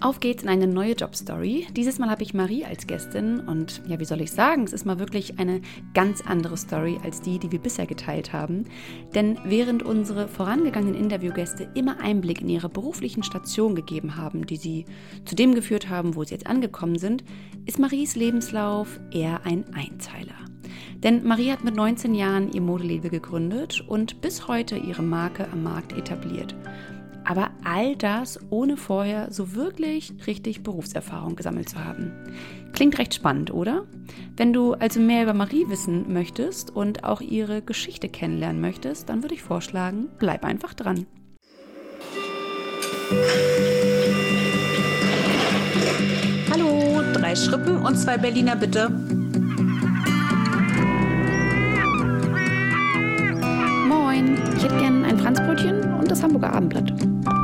Auf geht's in eine neue Jobstory. Dieses Mal habe ich Marie als Gästin und ja, wie soll ich sagen, es ist mal wirklich eine ganz andere Story als die wir bisher geteilt haben. Denn während unsere vorangegangenen Interviewgäste immer Einblick in ihre beruflichen Stationen gegeben haben, die sie zu dem geführt haben, wo sie jetzt angekommen sind, ist Maries Lebenslauf eher ein Einzeiler. Denn Marie hat mit 19 Jahren ihr Modelabel gegründet und bis heute ihre Marke am Markt etabliert. Aber all das ohne vorher so wirklich richtig Berufserfahrung gesammelt zu haben. Klingt recht spannend, oder? Wenn du also mehr über Marie wissen möchtest und auch ihre Geschichte kennenlernen möchtest, dann würde ich vorschlagen, bleib einfach dran. Hallo, 3 Schrippen und 2 Berliner bitte. Moin, ich hätte gern ein Franzbrötchen und das Hamburger Abendblatt.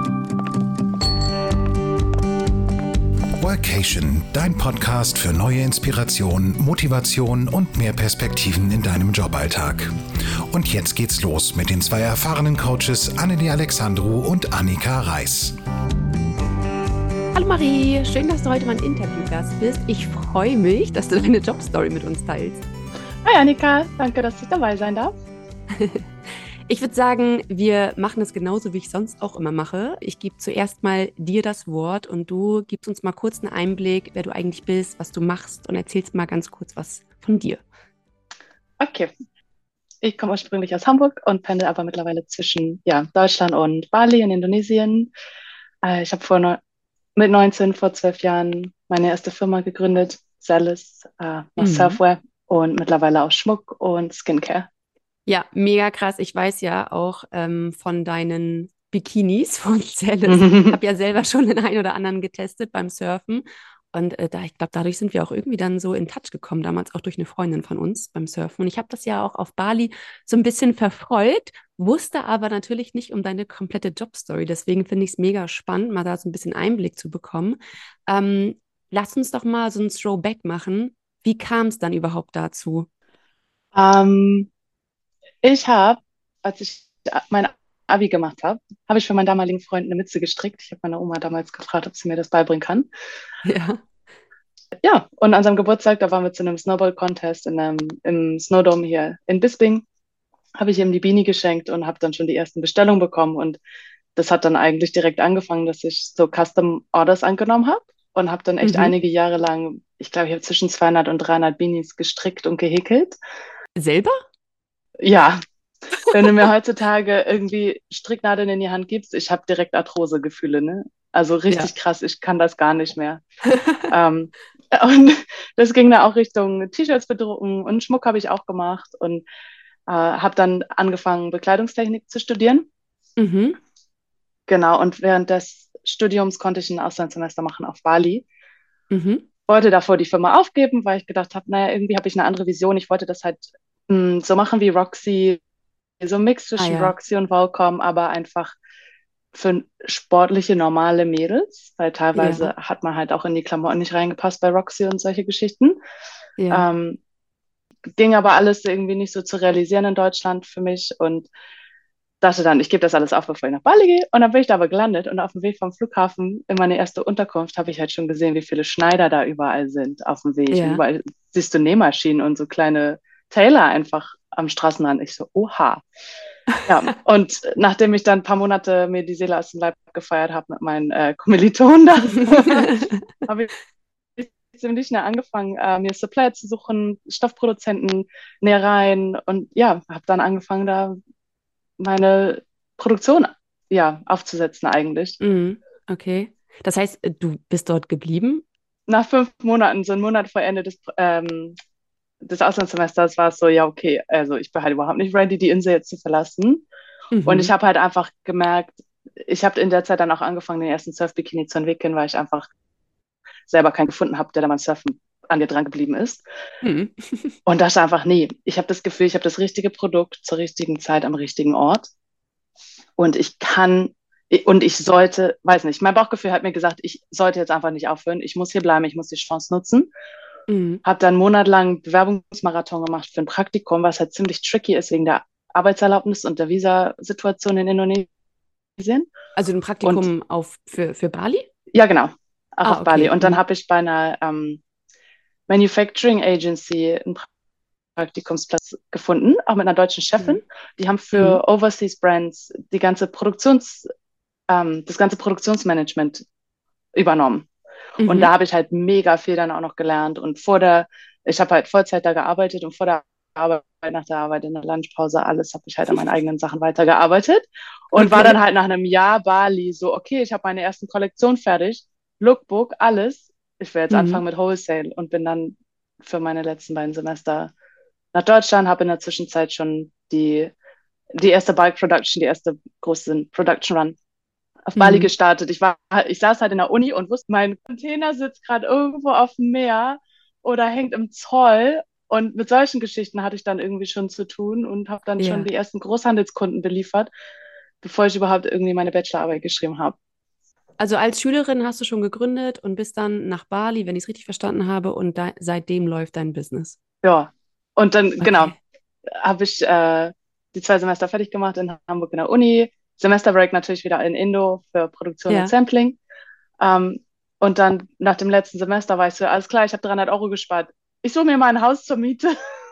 Workation, dein Podcast für neue Inspiration, Motivation und mehr Perspektiven in deinem Joballtag. Und jetzt geht's los mit den 2 erfahrenen Coaches Annelie Alexandru und Annika Reis. Hallo Marie, schön, dass du heute mein Interviewgast bist. Ich freue mich, dass du deine Jobstory mit uns teilst. Hi Annika, danke, dass ich dabei sein darf. Ich würde sagen, wir machen es genauso, wie ich sonst auch immer mache. Ich gebe zuerst mal dir das Wort und du gibst uns mal kurz einen Einblick, wer du eigentlich bist, was du machst und erzählst mal ganz kurz was von dir. Okay, ich komme ursprünglich aus Hamburg und pendel aber mittlerweile zwischen Deutschland und Bali in Indonesien. Ich habe mit 19, vor 12 Jahren, meine erste Firma gegründet, Zelis, Surfwear und mittlerweile auch Schmuck und Skincare. Ja, mega krass. Ich weiß ja auch von deinen Bikinis von Zelis. Ich habe ja selber schon den einen oder anderen getestet beim Surfen. Und ich glaube, dadurch sind wir auch irgendwie dann so in Touch gekommen, damals auch durch eine Freundin von uns beim Surfen. Und ich habe das ja auch auf Bali so ein bisschen verfolgt, wusste aber natürlich nicht um deine komplette Jobstory. Deswegen finde ich es mega spannend, mal da so ein bisschen Einblick zu bekommen. Lass uns doch mal so ein Throwback machen. Wie kam es dann überhaupt dazu? Ich habe, als ich mein Abi gemacht habe, habe ich für meinen damaligen Freund eine Mütze gestrickt. Ich habe meine Oma damals gefragt, ob sie mir das beibringen kann. Ja. Ja, und an seinem Geburtstag, da waren wir zu einem Snowball-Contest im Snowdome hier in Bisping, habe ich ihm die Beanie geschenkt und habe dann schon die ersten Bestellungen bekommen. Und das hat dann eigentlich direkt angefangen, dass ich so Custom Orders angenommen habe und habe dann echt einige Jahre lang, ich glaube, ich habe zwischen 200 und 300 Beanies gestrickt und gehäkelt. Selber? Ja, wenn du mir heutzutage irgendwie Stricknadeln in die Hand gibst, ich habe direkt Arthrosegefühle, ne? Also richtig krass, ich kann das gar nicht mehr. Und das ging dann auch Richtung T-Shirts bedrucken und Schmuck habe ich auch gemacht und habe dann angefangen, Bekleidungstechnik zu studieren. Genau, und während des Studiums konnte ich ein Auslandssemester machen auf Bali. Wollte davor die Firma aufgeben, weil ich gedacht habe, naja, irgendwie habe ich eine andere Vision. Ich wollte das halt so machen wie Roxy, so ein Mix zwischen Roxy und Volcom, aber einfach für sportliche, normale Mädels, weil teilweise hat man halt auch in die Klamotten nicht reingepasst bei Roxy und solche Geschichten. Ja. Ging aber alles irgendwie nicht so zu realisieren in Deutschland für mich und dachte dann, ich gebe das alles auf, bevor ich nach Bali gehe. Und dann bin ich da aber gelandet und auf dem Weg vom Flughafen in meine erste Unterkunft habe ich halt schon gesehen, wie viele Schneider da überall sind auf dem Weg. Und überall siehst du Nähmaschinen und so kleine Tailor einfach am Straßenrand. Ich so, oha. Ja, und nachdem ich dann ein paar Monate mir die Seele aus dem Leib gefeiert habe mit meinen Kommilitonen da, habe ich ziemlich schnell angefangen, mir Supplier zu suchen, Stoffproduzenten, Nähereien und ja, habe dann angefangen, da meine Produktion aufzusetzen eigentlich. Okay. Das heißt, du bist dort geblieben? Nach 5 Monaten, so einen Monat vor Ende des Auslandssemesters war es so, ja, okay, also ich bin halt überhaupt nicht ready, die Insel jetzt zu verlassen. Und ich habe halt einfach gemerkt, ich habe in der Zeit dann auch angefangen, den ersten Surf-Bikini zu entwickeln, weil ich einfach selber keinen gefunden habe, der da beim Surfen an mir dran geblieben ist. Und dachte einfach, nee, ich habe das Gefühl, ich habe das richtige Produkt zur richtigen Zeit am richtigen Ort. Und ich sollte, weiß nicht, mein Bauchgefühl hat mir gesagt, ich sollte jetzt einfach nicht aufhören. Ich muss hier bleiben, ich muss die Chance nutzen. Habe dann monatelang Bewerbungsmarathon gemacht für ein Praktikum, was halt ziemlich tricky ist wegen der Arbeitserlaubnis und der Visasituation in Indonesien. Also ein Praktikum für Bali? Ja, genau. auch Ah, auf Bali. okay. Und dann habe ich bei einer Manufacturing Agency einen Praktikumsplatz gefunden, auch mit einer deutschen Chefin. Mhm. Die haben Mhm. für Overseas Brands das ganze Produktionsmanagement übernommen. Und da Mhm. habe ich halt mega viel dann auch noch gelernt. Und ich habe halt Vollzeit da gearbeitet und vor der Arbeit, nach der Arbeit in der Lunchpause, alles habe ich halt an meinen eigenen Sachen weitergearbeitet und war dann Okay. halt nach einem Jahr Bali so, okay, ich habe meine ersten Kollektion fertig, Lookbook, alles. Ich will jetzt Mhm. anfangen mit Wholesale und bin dann für meine letzten beiden Semester nach Deutschland, habe in der Zwischenzeit schon die erste Bulk Production, die erste große Production Run auf Bali Mhm. gestartet. Ich saß halt in der Uni und wusste, mein Container sitzt gerade irgendwo auf dem Meer oder hängt im Zoll. Und mit solchen Geschichten hatte ich dann irgendwie schon zu tun und habe dann schon Ja. die ersten Großhandelskunden beliefert, bevor ich überhaupt irgendwie meine Bachelorarbeit geschrieben habe. Also als Schülerin hast du schon gegründet und bist dann nach Bali, wenn ich es richtig verstanden habe, und seitdem läuft dein Business. Ja, und dann, genau, Okay. habe ich die 2 Semester fertig gemacht in Hamburg in der Uni. Semesterbreak natürlich wieder in Indo für Produktion und Ja. Sampling. Ähm, und dann nach dem letzten Semester war ich so, alles klar, ich habe 300 € gespart. Ich suche mir mal ein Haus zur Miete,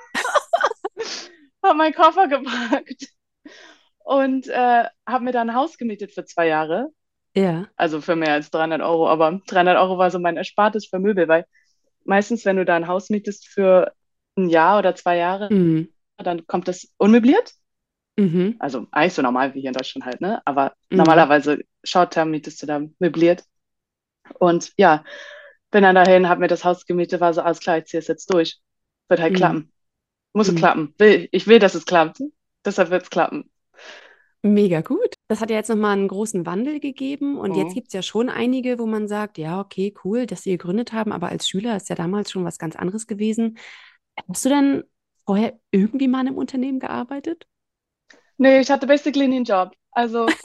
habe meinen Koffer gepackt und habe mir dann ein Haus gemietet für 2 Jahre. Ja. Also für mehr als 300 €, aber 300 € war so mein Erspartes für Möbel, weil meistens, wenn du da ein Haus mietest für ein Jahr oder 2 Jahre, Mhm. dann kommt das unmöbliert. Mhm. Also eigentlich so normal wie hier in Deutschland halt, ne? Aber Mhm. normalerweise Short-Term mietest du da möbliert. Und ja, bin dann dahin, habe mir das Haus gemietet, war so, alles klar, ich ziehe es jetzt durch. Wird halt Mhm. klappen. Muss Mhm. klappen. Ich will, dass es klappt. Deshalb wird es klappen. Mega gut. Das hat ja jetzt nochmal einen großen Wandel gegeben und jetzt Mhm. gibt es ja schon einige, wo man sagt, ja, okay, cool, dass sie gegründet haben, aber als Schüler ist ja damals schon was ganz anderes gewesen. Hast du denn vorher irgendwie mal in einem Unternehmen gearbeitet? Nee, ich hatte basically nie einen Job. Also,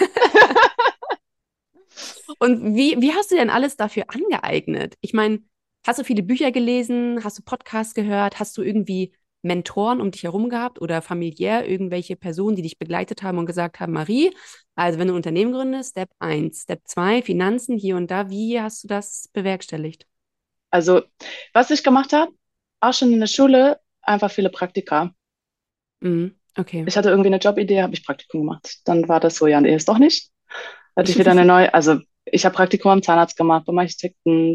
Und wie hast du denn alles dafür angeeignet? Ich meine, hast du viele Bücher gelesen? Hast du Podcasts gehört? Hast du irgendwie Mentoren um dich herum gehabt oder familiär irgendwelche Personen, die dich begleitet haben und gesagt haben, Marie, also wenn du ein Unternehmen gründest, Step 1, Step 2, Finanzen hier und da, wie hast du das bewerkstelligt? also, was ich gemacht habe, auch schon in der Schule, einfach viele Praktika. Mhm, okay. Ich hatte irgendwie eine Jobidee, habe ich Praktikum gemacht. Dann war das so, ja, nee, ist doch nicht. Da hatte ich wieder eine neue, also ich habe Praktikum am Zahnarzt gemacht, beim Architekten,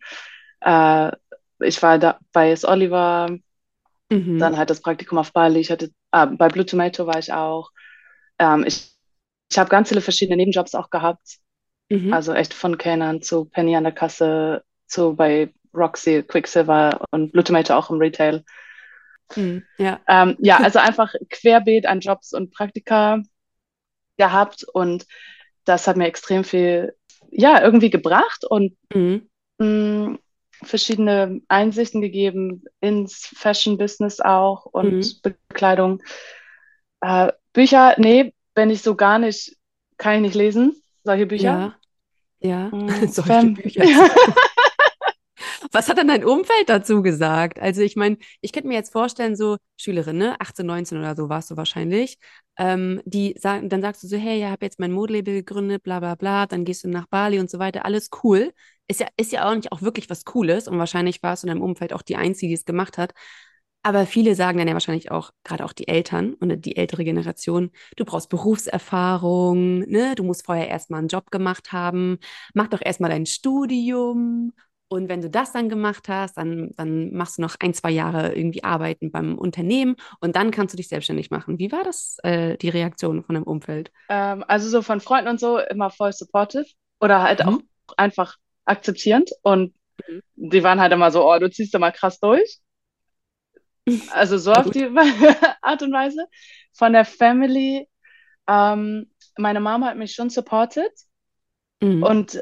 äh, ich war da bei S. Oliver, Mhm, dann halt das Praktikum auf Bali, bei Blue Tomato war ich auch. Ich habe ganz viele verschiedene Nebenjobs auch gehabt. mhm, Also echt von Kellnern zu Penny an der Kasse, zu bei Roxy, Quicksilver und Blue Tomato auch im Retail. mhm, ja. Ja, also einfach querbeet an Jobs und Praktika gehabt und das hat mir extrem viel, ja, irgendwie gebracht und Mhm, mh, verschiedene Einsichten gegeben ins Fashion-Business auch mhm, und Bekleidung. Bücher, nee, wenn ich so gar nicht, kann ich nicht lesen, solche Bücher. ja, ja, solche Fam Bücher. Was hat denn dein Umfeld dazu gesagt? Also ich meine, ich könnte mir jetzt vorstellen, so Schülerin, ne, 18, 19 oder so warst du wahrscheinlich, die sagen, dann sagst du so, hey, ich habe jetzt mein Modelabel gegründet, bla bla bla, dann gehst du nach Bali und so weiter, alles cool. Ist ja auch nicht auch wirklich was Cooles und wahrscheinlich warst du in deinem Umfeld auch die Einzige, die es gemacht hat. Aber viele sagen dann ja wahrscheinlich auch, gerade auch die Eltern und die ältere Generation, du brauchst Berufserfahrung, ne? Du musst vorher erstmal einen Job gemacht haben, mach doch erstmal dein Studium. Und wenn du das dann gemacht hast, dann machst du noch ein, 2 Jahre irgendwie arbeiten beim Unternehmen und dann kannst du dich selbstständig machen. Wie war das, die Reaktion von deinem Umfeld? also so von Freunden und so immer voll supportive oder halt auch Mhm. einfach akzeptierend und Mhm. die waren halt immer so, oh, du ziehst immer krass durch. Also so Sehr auf gut. die Art und Weise. Von der Family, meine Mama hat mich schon supported Mhm. und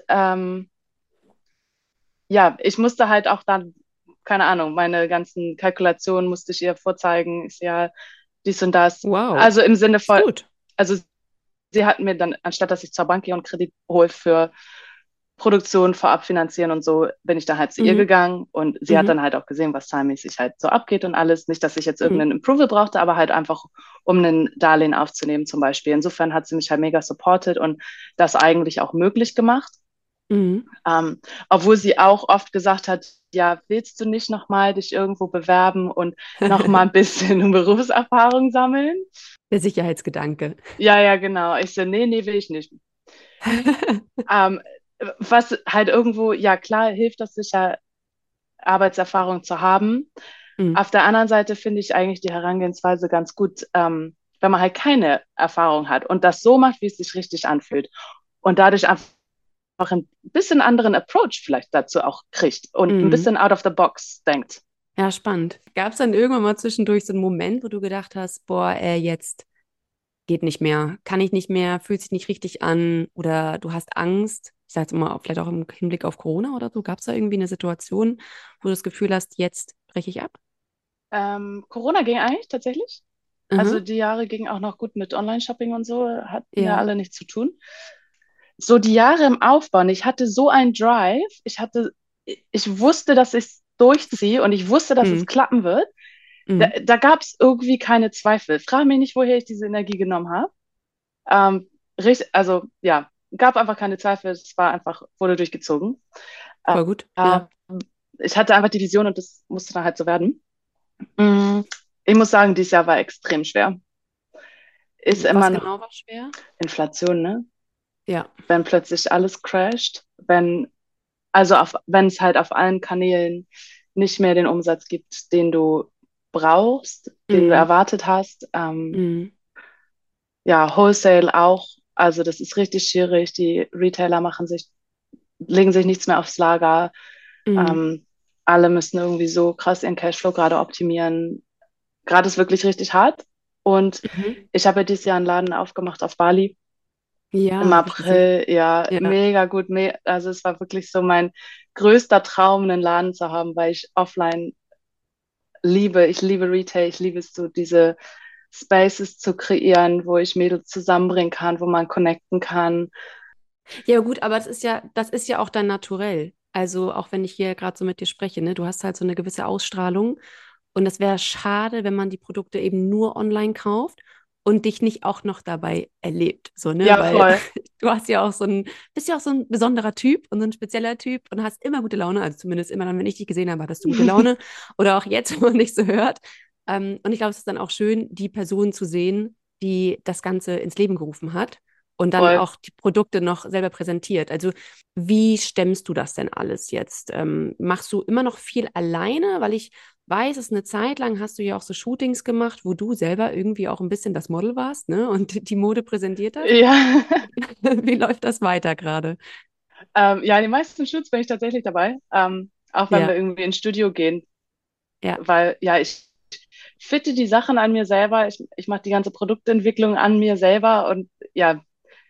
ja, ich musste halt auch dann, keine Ahnung, meine ganzen Kalkulationen musste ich ihr vorzeigen, ist ja dies und das. Wow, Also im Sinne ist von, gut. also sie hat mir dann, anstatt dass ich zur Bank gehe und Kredit hole für Produktion vorab finanzieren und so, bin ich dann halt zu ihr Mhm. gegangen und sie hat Mhm. dann halt auch gesehen, was zahlenmäßig halt so abgeht und alles. Nicht, dass ich jetzt Mhm. irgendeinen Approval brauchte, aber halt einfach, um einen Darlehen aufzunehmen zum Beispiel. Insofern hat sie mich halt mega supported und das eigentlich auch möglich gemacht. Mhm. Obwohl sie auch oft gesagt hat, ja, willst du nicht nochmal dich irgendwo bewerben und nochmal ein bisschen Berufserfahrung sammeln? Der Sicherheitsgedanke. Ja, ja, genau. Ich so, nee, nee, will ich nicht. Ähm, Was halt irgendwo, ja klar, hilft das sicher, Arbeitserfahrung zu haben. Mhm. Auf der anderen Seite finde ich eigentlich die Herangehensweise ganz gut, wenn man halt keine Erfahrung hat und das so macht, wie es sich richtig anfühlt und dadurch einfach ein bisschen anderen Approach vielleicht dazu auch kriegt und ein Mhm. bisschen out of the box denkt. Ja, spannend. Gab es dann irgendwann mal zwischendurch so einen Moment, wo du gedacht hast, boah, jetzt geht nicht mehr, kann ich nicht mehr, fühlt sich nicht richtig an oder du hast Angst? Ich sage jetzt mal, vielleicht auch im Hinblick auf Corona oder so. Gab es da irgendwie eine Situation, wo du das Gefühl hast, jetzt breche ich ab? Corona ging eigentlich tatsächlich. Also Aha, die Jahre gingen auch noch gut mit Online-Shopping und so, hatten ja ja. alle nichts zu tun. So die Jahre im Aufbau, und ich hatte so einen Drive, ich wusste, dass ich es durchziehe und ich wusste, dass es Mhm. klappen wird. Da, Mhm. da gab es irgendwie keine Zweifel. Frag mich nicht, woher ich diese Energie genommen habe. Also ja, gab einfach keine Zweifel, es war einfach, wurde durchgezogen. Voll gut. Äh, Ja. Ich hatte einfach die Vision und das musste dann halt so werden. Mm, Ich muss sagen, dieses Jahr war extrem schwer. Ist immer Was noch genau war schwer? Inflation, ne? Ja. Wenn plötzlich alles crasht, wenn es halt auf allen Kanälen nicht mehr den Umsatz gibt, den du brauchst, den du Mhm. erwartet hast. Mhm. Ja, Wholesale auch. Also das ist richtig schwierig. Die Retailer legen sich nichts mehr aufs Lager. Mhm. Ähm, Alle müssen irgendwie so krass ihren Cashflow gerade optimieren. Gerade ist wirklich richtig hart. Und Mhm. ich habe ja dieses Jahr einen Laden aufgemacht auf Bali im Ja, habe ich gesehen. April. Ja, Ja. mega gut. Also es war wirklich so mein größter Traum, einen Laden zu haben, weil ich offline liebe. Ich liebe Retail. Ich liebe es so, diese Spaces zu kreieren, wo ich Mädels zusammenbringen kann, wo man connecten kann. Ja, gut, aber das ist ja auch dein Naturell. Also, auch wenn ich hier gerade so mit dir spreche, ne, du hast halt so eine gewisse Ausstrahlung. Und es wäre schade, wenn man die Produkte eben nur online kauft und dich nicht auch noch dabei erlebt. So, ne? Ja, Weil voll. du bist ja auch so ein besonderer Typ und so ein spezieller Typ und hast immer gute Laune. Also zumindest immer dann, wenn ich dich gesehen habe, hattest du gute Laune. Oder auch jetzt, wenn man dich so hört. Und ich glaube, es ist dann auch schön, die Person zu sehen, die das Ganze ins Leben gerufen hat und dann Voll. auch die Produkte noch selber präsentiert. Also wie stemmst du das denn alles jetzt? Machst du immer noch viel alleine? Weil ich weiß, es eine Zeit lang hast du ja auch so Shootings gemacht, wo du selber irgendwie auch ein bisschen das Model warst, ne? Und die Mode präsentiert hast. Ja. Wie läuft das weiter gerade? Ja, in den meisten Shoots bin ich tatsächlich dabei. Auch wenn wir Ja, irgendwie ins Studio gehen, ja. weil ja, ich fitte die Sachen an mir selber. Ich mache die ganze Produktentwicklung an mir selber und ja,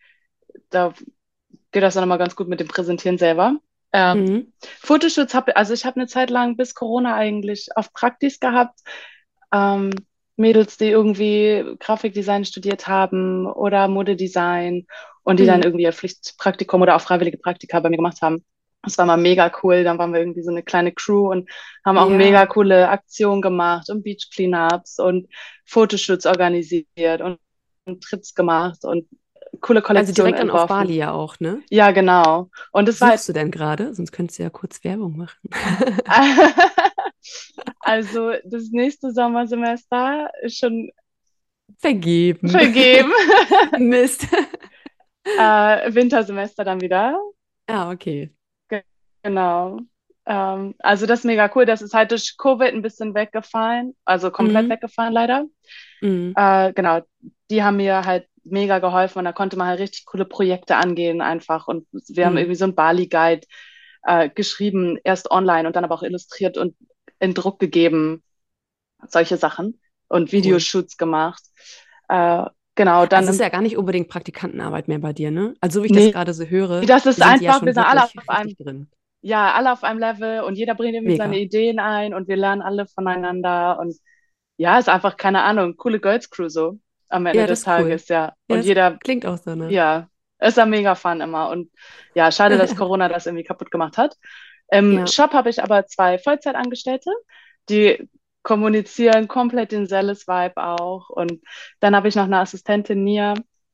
da geht das dann immer ganz gut mit dem Präsentieren selber. Ähm, Mhm. Also ich habe eine Zeit lang bis Corona eigentlich auf Praktis gehabt. Ähm, Mädels, die irgendwie Grafikdesign studiert haben oder Modedesign und die dann Mhm. irgendwie ihr Pflichtpraktikum oder auch freiwillige Praktika bei mir gemacht haben. Das war mal mega cool. Dann waren wir irgendwie so eine kleine Crew und haben auch mega Ja. coole Aktionen gemacht und Beach Cleanups und Fotoshoots organisiert und Trips gemacht und coole Also Kollektionen direkt dann auf entworfen. Bali ja auch, ne? Ja, genau. Und es war halt, Suchst du denn gerade? Sonst könntest du ja kurz Werbung machen. also das nächste Sommersemester ist schon Vergeben. vergeben. Mist. Wintersemester dann wieder. Ah, okay. Ge- Genau. Also das ist mega cool. Das ist halt durch Covid ein bisschen weggefallen, also komplett Mhm. weggefallen leider. Mhm. Genau, die haben mir halt mega geholfen und da konnte man halt richtig coole Projekte angehen einfach. Und wir haben Mhm. irgendwie so einen Bali-Guide geschrieben, erst online und dann aber auch illustriert und in Druck gegeben, solche Sachen und Cool. Videoshoots gemacht. Äh, genau, dann Also es ist ja gar nicht unbedingt Praktikantenarbeit mehr bei dir, ne? Also so wie ich das nee, gerade so höre, das ist sind die ja einfach, wir schon sind alle wirklich auf richtig einem, drin. ja, alle auf einem Level und jeder bringt irgendwie seine Mega. Ideen ein und wir lernen alle voneinander und ja, ist einfach, keine Ahnung, coole Girls Crew so am Ende Ja, des das ist cool. Tages, ja. Ja, Und das jeder, klingt auch so, ne? ja, ist ja mega fun immer und ja, schade, dass Corona das irgendwie kaputt gemacht hat. Im Ja. Shop habe ich aber zwei Vollzeitangestellte, die kommunizieren komplett den Zealous-Vibe auch und dann habe ich noch eine Assistentin, Nia,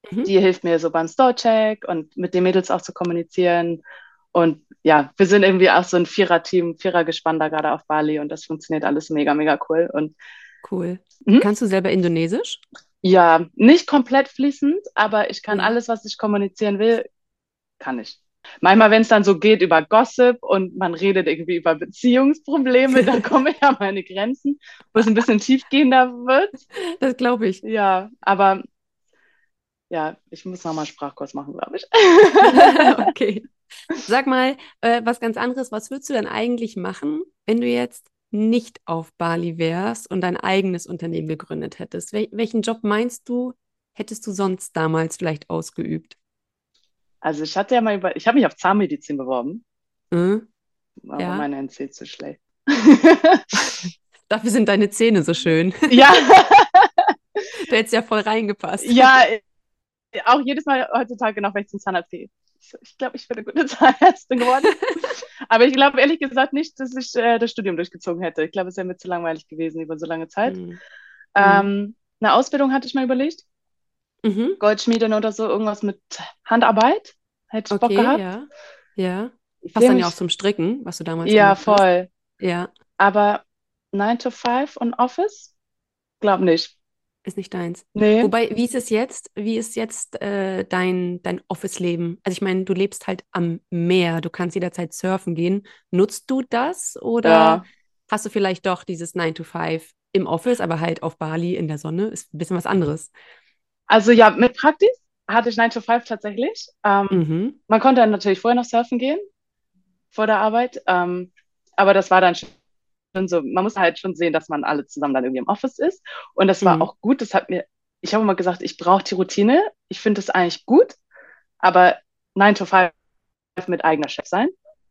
Mhm. Die hilft mir so beim Store-Check und mit den Mädels auch zu kommunizieren. Und ja, wir sind irgendwie auch so ein Vierer-Team, Vierergespann da gerade auf Bali und das funktioniert alles mega, mega cool. Und Cool. mhm. Kannst du selber Indonesisch? Ja, nicht komplett fließend, aber ich kann Ja. alles, was ich kommunizieren will, kann ich. Manchmal, wenn es dann so geht über Gossip und man redet irgendwie über Beziehungsprobleme, da kommen ja meine Grenzen, wo es ein bisschen tiefgehender wird. Das glaube ich. Ja, aber ja, ich muss nochmal einen Sprachkurs machen, glaube ich. Okay. Sag mal, was ganz anderes. Was würdest du denn eigentlich machen, wenn du jetzt nicht auf Bali wärst und dein eigenes Unternehmen gegründet hättest? Welchen Job meinst du, hättest du sonst damals vielleicht ausgeübt? Also ich hatte ja mal ich habe mich auf Zahnmedizin beworben, Hm? aber Ja, meine NC ist zu schlecht. dafür sind deine Zähne so schön. Ja, Da hättest ja voll reingepasst. ja, auch jedes Mal heutzutage noch, wenn ich zum Zahnarzt gehe. Ich glaube, ich bin eine gute Zahnärztin geworden. Aber ich glaube ehrlich gesagt nicht, dass ich das Studium durchgezogen hätte. Ich glaube, es wäre mir zu langweilig gewesen über so lange Zeit. Hm. Hm. Eine Ausbildung hatte ich mal überlegt. Mhm. Goldschmiedin oder so, irgendwas mit Handarbeit. Hätte ich Bock Okay, gehabt. ja. Ja. Ich Passt sehe dann ja auch mich, zum Stricken, was du damals ja, gemacht hast. voll. Ja, Aber 9 to 5 und Office? Glaub nicht. ist nicht deins. Nee, Wobei, wie ist es jetzt? Wie ist jetzt dein Office-Leben? Also ich meine, du lebst halt am Meer, du kannst jederzeit surfen gehen. Nutzt du das oder ja. hast du vielleicht doch dieses 9 to 5 im Office, aber halt auf Bali in der Sonne? Ist ein bisschen was anderes. Also ja, mit Praktis hatte ich 9 to 5 tatsächlich. Mhm. Man konnte dann natürlich vorher noch surfen gehen, vor der Arbeit. Aber das war dann schon so, man muss halt schon sehen, dass man alle zusammen dann irgendwie im Office ist. Und das war Mhm. auch gut. Ich habe immer gesagt, ich brauche die Routine. Ich finde das eigentlich gut, aber 9 to 5 mit eigener Chef sein.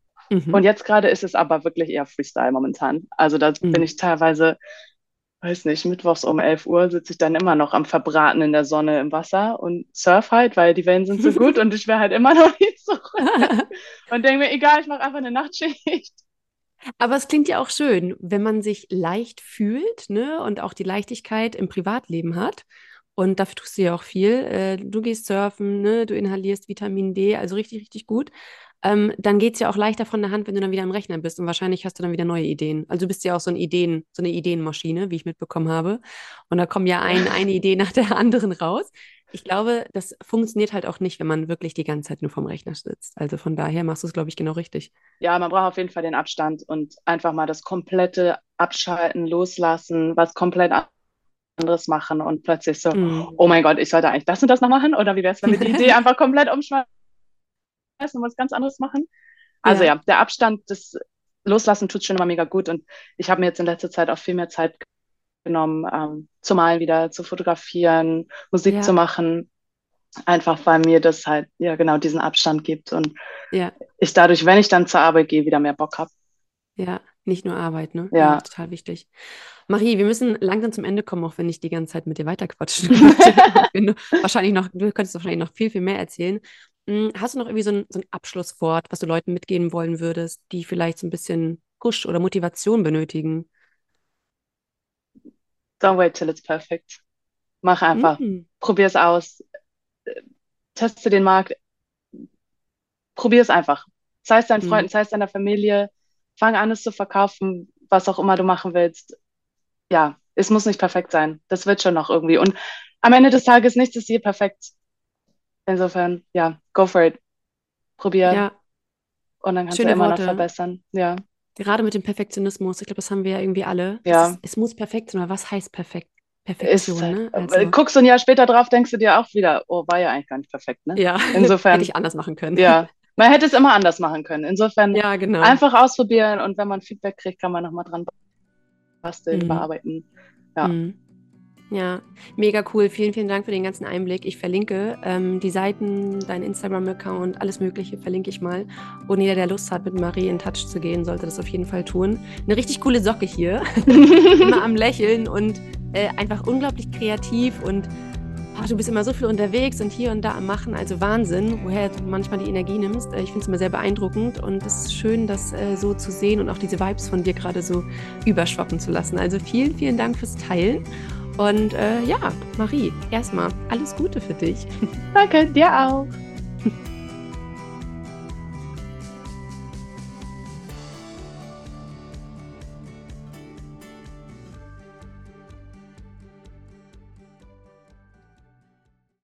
Und Mhm. jetzt gerade ist es aber wirklich eher Freestyle momentan. Also da bin Mhm. ich teilweise, weiß nicht, mittwochs um 11 Uhr sitze ich dann immer noch am Verbraten in der Sonne im Wasser und surf halt, weil die Wellen sind so gut und ich wäre halt immer noch nicht zurück. Und denke mir, egal, ich mache einfach eine Nachtschicht. Aber es klingt ja auch schön, wenn man sich leicht fühlt, ne, und auch die Leichtigkeit im Privatleben hat. Und dafür tust du ja auch viel. Du gehst surfen, ne, du inhalierst Vitamin D, also richtig, richtig gut. Dann geht es ja auch leichter von der Hand, wenn du dann wieder am Rechner bist. Und wahrscheinlich hast du dann wieder neue Ideen. Also du bist ja auch so eine Ideenmaschine, wie ich mitbekommen habe. Und da kommen ja eine Idee nach der anderen raus. Ich glaube, das funktioniert halt auch nicht, wenn man wirklich die ganze Zeit nur vorm Rechner sitzt. Also von daher machst du es, glaube ich, genau richtig. Ja, man braucht auf jeden Fall den Abstand und einfach mal das komplette Abschalten, loslassen, was komplett anderes machen und plötzlich so, Mm. oh mein Gott, ich sollte eigentlich das und das noch machen? Oder wie wäre es, wenn wir die Idee einfach komplett umschmeißen und was ganz anderes machen? Also Ja, ja, der Abstand, das Loslassen tut schon immer mega gut und ich habe mir jetzt in letzter Zeit auch viel mehr Zeit genommen, zu malen wieder, zu fotografieren, Musik zu ja, machen, einfach weil mir das halt, ja genau, diesen Abstand gibt und ja, ich dadurch, wenn ich dann zur Arbeit gehe, wieder mehr Bock habe. ja. Nicht nur Arbeit, ne? Ja, Ja. total wichtig. Marie, wir müssen langsam zum Ende kommen, auch wenn ich die ganze Zeit mit dir weiterquatschen könnte. Du könntest wahrscheinlich noch viel, viel mehr erzählen. Hast du noch irgendwie so ein Abschlusswort, was du Leuten mitgeben wollen würdest, die vielleicht so ein bisschen Push oder Motivation benötigen? Don't wait till it's perfect. Mach einfach. Mm, Probier es aus. Teste den Markt. Probier es einfach. Sei es deinen mm, Freunden, sei es deiner Familie. Fang an, es zu verkaufen, was auch immer du machen willst. Ja, es muss nicht perfekt sein. Das wird schon noch irgendwie. Und am Ende des Tages nichts ist je perfekt. Insofern, ja, go for it. Probier ja, und dann kannst du schöne immer noch Worte. verbessern. Ja, Gerade mit dem Perfektionismus, ich glaube, das haben wir ja irgendwie alle. ja. Es muss perfekt sein, aber was heißt perfekt? Ist, Perfektion, ne? Also, guckst du ein Jahr später drauf, denkst du dir auch wieder, oh, war ja eigentlich gar nicht perfekt, ne? ja, hätte Insofern, ich anders machen können. ja, man hätte es immer anders machen können. Insofern Ja, genau. einfach ausprobieren und wenn man Feedback kriegt, kann man nochmal dran basteln, Mhm. überarbeiten. Ja. Mhm. Ja, mega cool. Vielen, vielen Dank für den ganzen Einblick. Ich verlinke die Seiten, deinen Instagram-Account, alles Mögliche verlinke ich mal. Und jeder, der Lust hat, mit Marie in Touch zu gehen, sollte das auf jeden Fall tun. Eine richtig coole Socke hier. Immer am Lächeln und einfach unglaublich kreativ und du bist immer so viel unterwegs und hier und da am Machen. Also Wahnsinn, woher du manchmal die Energie nimmst. Ich finde es immer sehr beeindruckend und es ist schön, das so zu sehen und auch diese Vibes von dir gerade so überschwappen zu lassen. Also vielen, vielen Dank fürs Teilen. Und ja, Marie, erstmal alles Gute für dich. Danke, dir auch.